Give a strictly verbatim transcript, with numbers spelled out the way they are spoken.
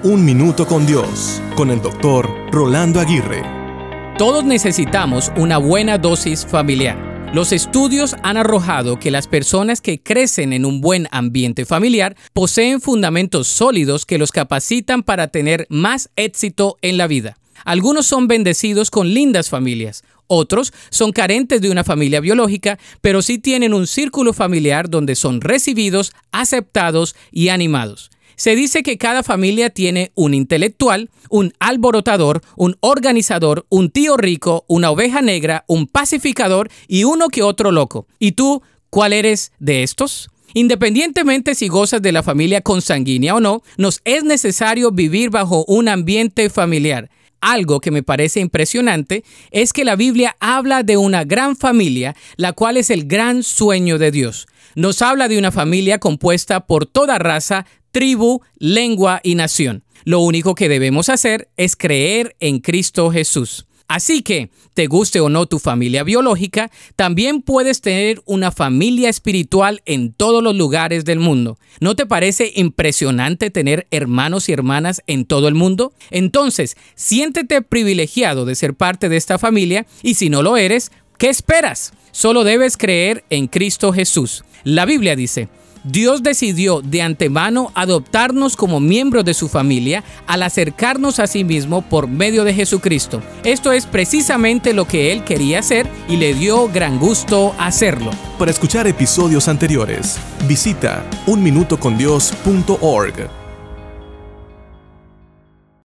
Un Minuto con Dios, con el doctor Rolando Aguirre. Todos necesitamos una buena dosis familiar. Los estudios han arrojado que las personas que crecen en un buen ambiente familiar poseen fundamentos sólidos que los capacitan para tener más éxito en la vida. Algunos son bendecidos con lindas familias. Otros son carentes de una familia biológica, pero sí tienen un círculo familiar donde son recibidos, aceptados y animados. Se dice que cada familia tiene un intelectual, un alborotador, un organizador, un tío rico, una oveja negra, un pacificador y uno que otro loco. ¿Y tú, cuál eres de estos? Independientemente si gozas de la familia consanguínea o no, nos es necesario vivir bajo un ambiente familiar. Algo que me parece impresionante es que la Biblia habla de una gran familia, la cual es el gran sueño de Dios. Nos habla de una familia compuesta por toda raza, tribu, lengua y nación. Lo único que debemos hacer es creer en Cristo Jesús. Así que, te guste o no tu familia biológica, también puedes tener una familia espiritual en todos los lugares del mundo. ¿No te parece impresionante tener hermanos y hermanas en todo el mundo? Entonces, siéntete privilegiado de ser parte de esta familia y si no lo eres, ¿qué esperas? Solo debes creer en Cristo Jesús. La Biblia dice: Dios decidió de antemano adoptarnos como miembros de su familia al acercarnos a sí mismo por medio de Jesucristo. Esto es precisamente lo que Él quería hacer y le dio gran gusto hacerlo. Para escuchar episodios anteriores, visita un minuto con dios punto org.